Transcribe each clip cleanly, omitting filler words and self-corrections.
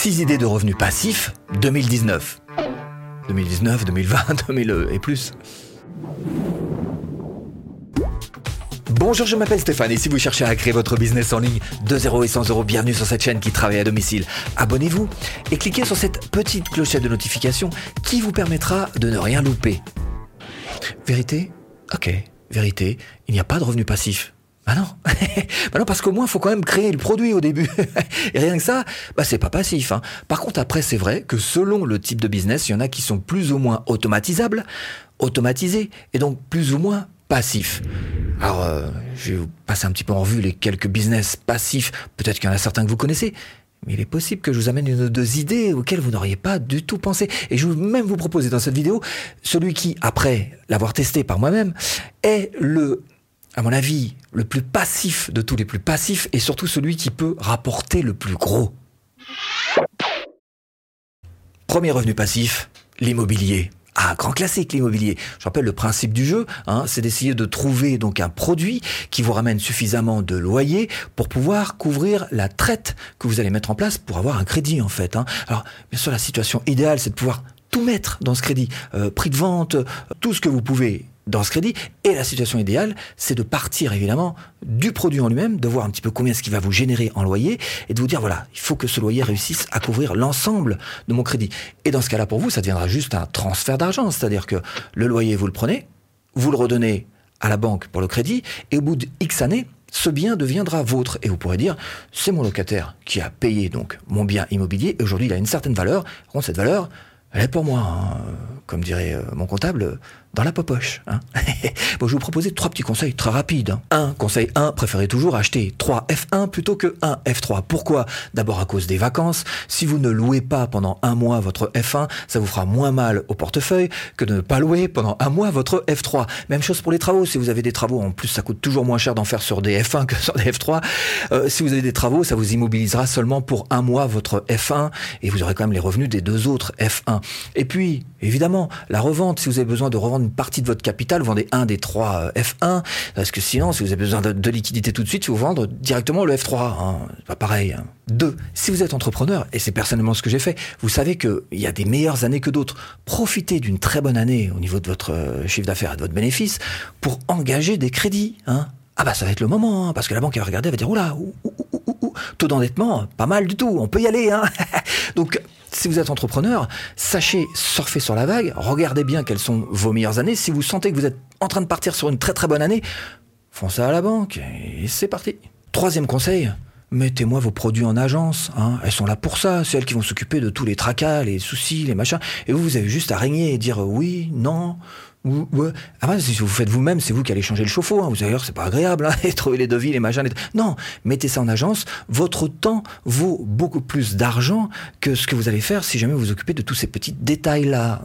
6 idées de revenus passifs 2019. 2019, 2020, 2000 et plus. Bonjour, je m'appelle Stéphane et si vous cherchez à créer votre business en ligne de 0 et 100 €, bienvenue sur cette chaîne qui travaille à domicile. Abonnez-vous et cliquez sur cette petite clochette de notification qui vous permettra de ne rien louper. Vérité ? Ok, vérité, il n'y a pas de revenus passifs. Bah non, bah non, parce qu'au moins, il faut quand même créer le produit au début. Et rien que ça, c'est pas passif. Par contre, après, c'est vrai que selon le type de business, il y en a qui sont plus ou moins automatisables, automatisés, et donc plus ou moins passifs. Alors, je vais vous passer un petit peu en revue les quelques business passifs. Peut-être qu'il y en a certains que vous connaissez. Mais il est possible que je vous amène une ou deux idées auxquelles vous n'auriez pas du tout pensé. Et je vais même vous proposer dans cette vidéo celui qui, après l'avoir testé par moi-même, est à mon avis, le plus passif de tous les plus passifs et surtout celui qui peut rapporter le plus gros. Premier revenu passif, l'immobilier. Ah, grand classique, l'immobilier. Je rappelle le principe du jeu, c'est d'essayer de trouver donc un produit qui vous ramène suffisamment de loyer pour pouvoir couvrir la traite que vous allez mettre en place pour avoir un crédit en fait. Alors, bien sûr, la situation idéale, c'est de pouvoir tout mettre dans ce crédit. Prix de vente, tout ce que vous pouvez dans ce crédit. Et la situation idéale, c'est de partir évidemment du produit en lui-même, de voir un petit peu combien est-ce qu'il va vous générer en loyer et de vous dire voilà, il faut que ce loyer réussisse à couvrir l'ensemble de mon crédit. Et dans ce cas-là, pour vous, ça deviendra juste un transfert d'argent. C'est-à-dire que le loyer, vous le prenez, vous le redonnez à la banque pour le crédit et au bout de X années, ce bien deviendra vôtre. Et vous pourrez dire, c'est mon locataire qui a payé donc mon bien immobilier et aujourd'hui, il a une certaine valeur. Par contre, cette valeur, elle est pour moi, comme dirait mon comptable, dans la popoche. Bon, je vais vous proposer 3 petits conseils très rapides. Conseil 1, préférez toujours acheter 3 F1 plutôt que 1 F3. Pourquoi ? D'abord à cause des vacances. Si vous ne louez pas pendant un mois votre F1, ça vous fera moins mal au portefeuille que de ne pas louer pendant un mois votre F3. Même chose pour les travaux. Si vous avez des travaux, en plus ça coûte toujours moins cher d'en faire sur des F1 que sur des F3. Si vous avez des travaux, ça vous immobilisera seulement pour un mois votre F1 et vous aurez quand même les revenus des 2 autres F1. Et puis, évidemment, la revente, si vous avez besoin de revendre une partie de votre capital, vous vendez un des 3 F1, parce que sinon, si vous avez besoin de liquidité tout de suite, vous vendre directement le F3. C'est pas pareil. 2, si vous êtes entrepreneur, et c'est personnellement ce que j'ai fait, vous savez qu'il y a des meilleures années que d'autres. Profitez d'une très bonne année au niveau de votre chiffre d'affaires et de votre bénéfice pour engager des crédits. Ça va être le moment, parce que la banque elle va regarder, elle va dire oula, taux d'endettement, pas mal du tout, on peut y aller. Donc, si vous êtes entrepreneur, sachez surfer sur la vague, regardez bien quelles sont vos meilleures années. Si vous sentez que vous êtes en train de partir sur une très très bonne année, foncez à la banque et c'est parti. 3e conseil, mettez-moi vos produits en agence. Elles sont là pour ça, c'est elles qui vont s'occuper de tous les tracas, les soucis, les machins. Et vous avez juste à régner et dire oui, non... Ouais. Si vous faites vous-même, c'est vous qui allez changer le chauffe-eau. Vous allez dire, c'est pas agréable, et trouver les devis, les machins. Non, mettez ça en agence. Votre temps vaut beaucoup plus d'argent que ce que vous allez faire si jamais vous vous occupez de tous ces petits détails-là.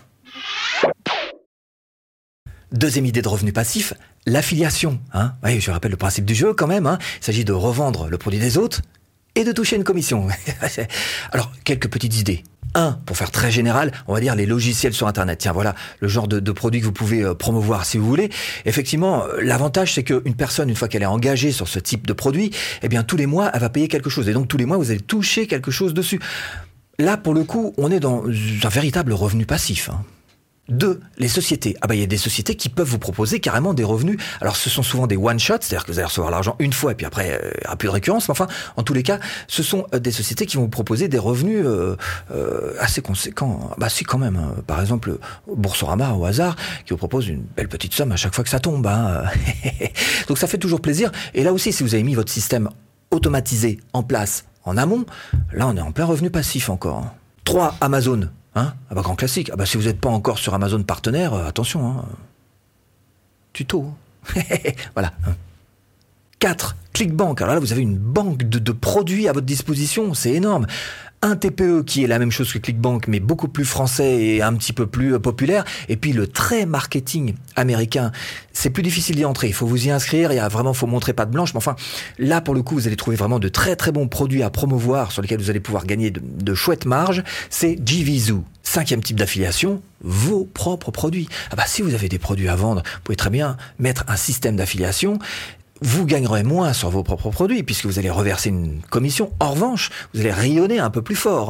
2e idée de revenu passif, l'affiliation. Oui, je rappelle le principe du jeu quand même. Il s'agit de revendre le produit des autres et de toucher une commission. Alors, quelques petites idées. Pour faire très général, on va dire les logiciels sur Internet. Tiens, voilà le genre de produit que vous pouvez promouvoir si vous voulez. Effectivement, l'avantage, c'est qu'une personne, une fois qu'elle est engagée sur ce type de produit, tous les mois, elle va payer quelque chose. Et donc, tous les mois, vous allez toucher quelque chose dessus. Là, pour le coup, on est dans un véritable revenu passif. 2, les sociétés. Il y a des sociétés qui peuvent vous proposer carrément des revenus. Alors, ce sont souvent des one-shots, c'est-à-dire que vous allez recevoir l'argent une fois et puis après, il n'y aura plus de récurrence. Mais enfin, en tous les cas, ce sont des sociétés qui vont vous proposer des revenus assez conséquents. Si, quand même. Par exemple, Boursorama, au hasard, qui vous propose une belle petite somme à chaque fois que ça tombe. Donc, ça fait toujours plaisir. Et là aussi, si vous avez mis votre système automatisé en place en amont, là, on est en plein revenu passif encore. 3, Amazon. Grand classique. Si vous n'êtes pas encore sur Amazon partenaire, attention. Tuto. Voilà. 4, ClickBank. Alors là, vous avez une banque de produits à votre disposition. C'est énorme. Un TPE qui est la même chose que ClickBank, mais beaucoup plus français et un petit peu plus populaire. Et puis le très marketing américain, c'est plus difficile d'y entrer. Il faut vous y inscrire, faut montrer patte blanche. Mais enfin, là pour le coup, vous allez trouver vraiment de très très bons produits à promouvoir sur lesquels vous allez pouvoir gagner de chouettes marges. C'est JVZoo. 5e type d'affiliation, vos propres produits. Si vous avez des produits à vendre, vous pouvez très bien mettre un système d'affiliation. vous gagnerez moins sur vos propres produits puisque vous allez reverser une commission. En revanche, vous allez rayonner un peu plus fort.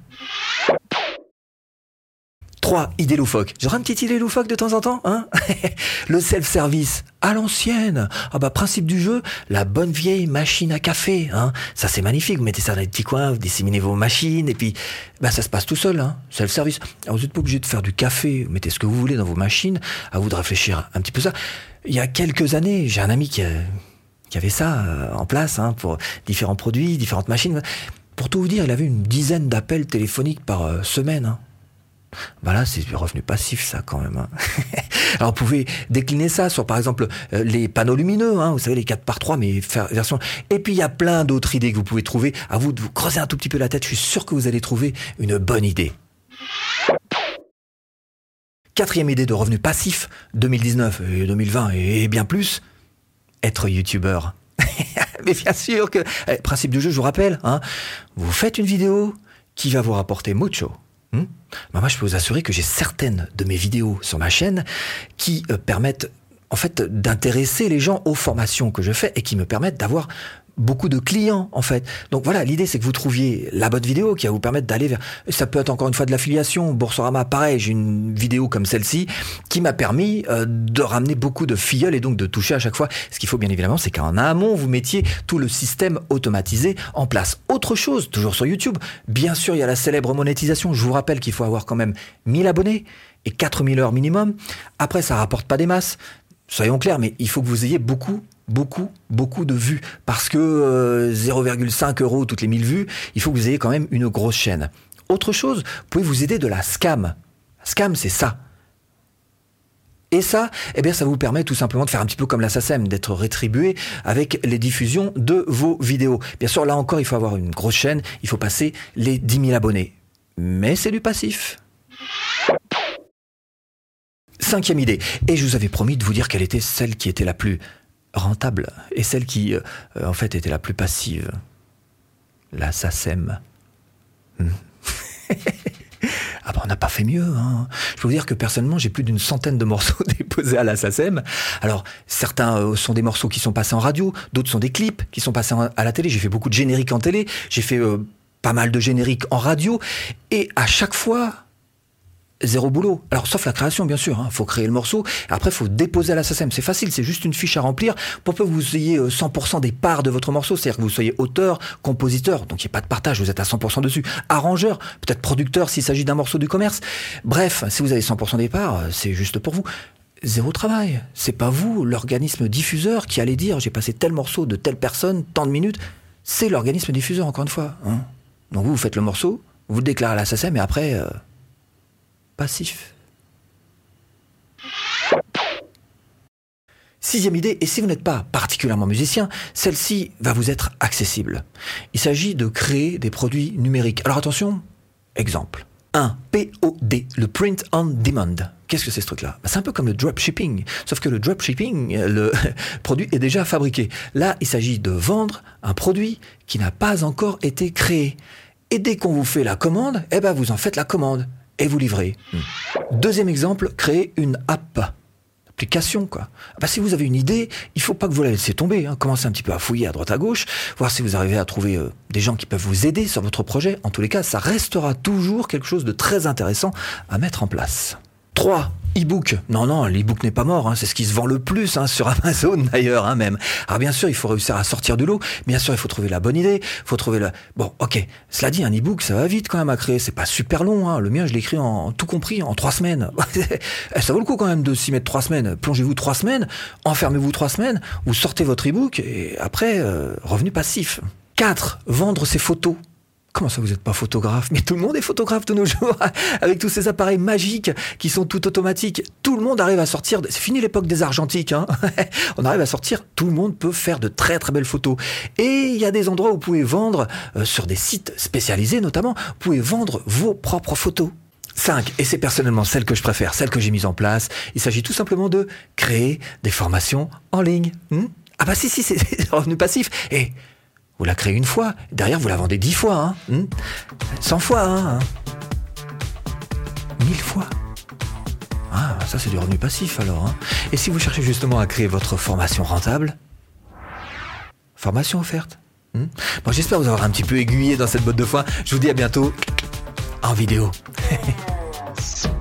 3. Idée loufoque. J'aurai une petite idée loufoque de temps en temps, hein. Le self-service à l'ancienne. Principe du jeu, la bonne vieille machine à café, hein. Ça c'est magnifique, vous mettez ça dans les petits coins, vous disséminez vos machines et puis ça se passe tout seul, hein. Self-service. Alors, vous n'êtes pas obligé de faire du café, vous mettez ce que vous voulez dans vos machines, à vous de réfléchir un petit peu ça. Il y a quelques années, j'ai un ami qui avait ça en place, hein, pour différents produits, différentes machines. Pour tout vous dire, il avait une dizaine d'appels téléphoniques par semaine, hein. Là, c'est du revenu passif, ça, quand même, hein. Alors, vous pouvez décliner ça sur, par exemple, les panneaux lumineux, hein, vous savez, les 4x3, mais version... Et puis, il y a plein d'autres idées que vous pouvez trouver. À vous de vous creuser un tout petit peu la tête. Je suis sûr que vous allez trouver une bonne idée. 4e idée de revenu passif, 2019 et 2020 et bien plus, être youtubeur. Mais bien sûr que... principe du jeu, je vous rappelle, hein, vous faites une vidéo qui va vous rapporter mucho. Moi, je peux vous assurer que j'ai certaines de mes vidéos sur ma chaîne qui permettent en fait d'intéresser les gens aux formations que je fais et qui me permettent d'avoir beaucoup de clients, en fait. Donc voilà, l'idée, c'est que vous trouviez la bonne vidéo qui va vous permettre d'aller vers... Ça peut être encore une fois de l'affiliation. Boursorama, pareil, j'ai une vidéo comme celle-ci qui m'a permis de ramener beaucoup de filleuls et donc de toucher à chaque fois. Ce qu'il faut bien évidemment, c'est qu'en amont, vous mettiez tout le système automatisé en place. Autre chose, toujours sur YouTube, bien sûr, il y a la célèbre monétisation. Je vous rappelle qu'il faut avoir quand même 1000 abonnés et 4000 heures minimum. Après, ça rapporte pas des masses. Soyons clairs, mais il faut que vous ayez beaucoup de vues. Parce que 0,5 € toutes les 1000 vues, il faut que vous ayez quand même une grosse chaîne. Autre chose, vous pouvez vous aider de la scam. Scam, c'est ça. Et ça, ça vous permet tout simplement de faire un petit peu comme la SACEM, d'être rétribué avec les diffusions de vos vidéos. Bien sûr, là encore, il faut avoir une grosse chaîne, il faut passer les 10 000 abonnés. Mais c'est du passif. 5e idée, et je vous avais promis de vous dire quelle était celle qui était la plus rentable et celle qui, en fait, était la plus passive. La SACEM. On n'a pas fait mieux, hein. Je peux vous dire que personnellement, j'ai plus d'une centaine de morceaux déposés à la SACEM. Alors, certains sont des morceaux qui sont passés en radio, d'autres sont des clips qui sont passés à la télé. J'ai fait beaucoup de génériques en télé, j'ai fait pas mal de génériques en radio, et à chaque fois... zéro boulot. Alors, sauf la création, bien sûr, hein. Faut créer le morceau. Après, faut déposer à la SACEM. C'est facile, c'est juste une fiche à remplir pour que vous ayez 100% des parts de votre morceau. C'est-à-dire que vous soyez auteur, compositeur. Donc, il n'y a pas de partage. Vous êtes à 100% dessus. Arrangeur, peut-être producteur s'il s'agit d'un morceau du commerce. Bref, si vous avez 100% des parts, c'est juste pour vous. Zéro travail. C'est pas vous, l'organisme diffuseur, qui allez dire j'ai passé tel morceau de telle personne, tant de minutes. C'est l'organisme diffuseur, encore une fois, hein. Donc, vous faites le morceau, vous le déclarez à la SACEM et après... passif. 6e idée, et si vous n'êtes pas particulièrement musicien, celle-ci va vous être accessible. Il s'agit de créer des produits numériques. Alors attention, exemple. 1. POD, le Print on Demand. Qu'est-ce que c'est ce truc-là ? C'est un peu comme le dropshipping, sauf que le dropshipping, le produit est déjà fabriqué. Là, il s'agit de vendre un produit qui n'a pas encore été créé. Et dès qu'on vous fait la commande, vous en faites la commande. Et vous livrez. 2e exemple, créer une app. Application, quoi. Si vous avez une idée, il faut pas que vous la laissiez tomber, hein. Commencez un petit peu à fouiller à droite à gauche, voir si vous arrivez à trouver des gens qui peuvent vous aider sur votre projet. En tous les cas, ça restera toujours quelque chose de très intéressant à mettre en place. 3. E-book. Non, l'e-book n'est pas mort, hein. C'est ce qui se vend le plus, hein, sur Amazon d'ailleurs, hein, même. Alors bien sûr, il faut réussir à sortir du lot. Bien sûr, il faut trouver la bonne idée. Il faut trouver le... Bon, ok. Cela dit, un e-book, ça va vite quand même à créer. C'est pas super long, hein. Le mien, je l'ai écrit tout compris en 3 semaines. Ça vaut le coup quand même de s'y mettre 3 semaines. Plongez-vous 3 semaines, enfermez-vous 3 semaines, vous sortez votre e-book et après, revenu passif. 4. Vendre ses photos. Comment ça, vous n'êtes pas photographe ? Mais tout le monde est photographe de nos jours, avec tous ces appareils magiques qui sont tout automatiques. Tout le monde arrive à sortir... C'est fini l'époque des argentiques, hein. On arrive à sortir, tout le monde peut faire de très très belles photos. Et il y a des endroits où vous pouvez vendre, sur des sites spécialisés notamment, vous pouvez vendre vos propres photos. 5, et c'est personnellement celle que je préfère, celle que j'ai mise en place. Il s'agit tout simplement de créer des formations en ligne. Si, c'est revenu passif. Et... vous la créez une fois, derrière vous la vendez 10 fois, hein, 100 fois, hein, 1000 fois. Ça c'est du revenu passif alors, hein. Et si vous cherchez justement à créer votre formation rentable, formation offerte. Bon, j'espère vous avoir un petit peu aiguillé dans cette botte de foin. Je vous dis à bientôt en vidéo.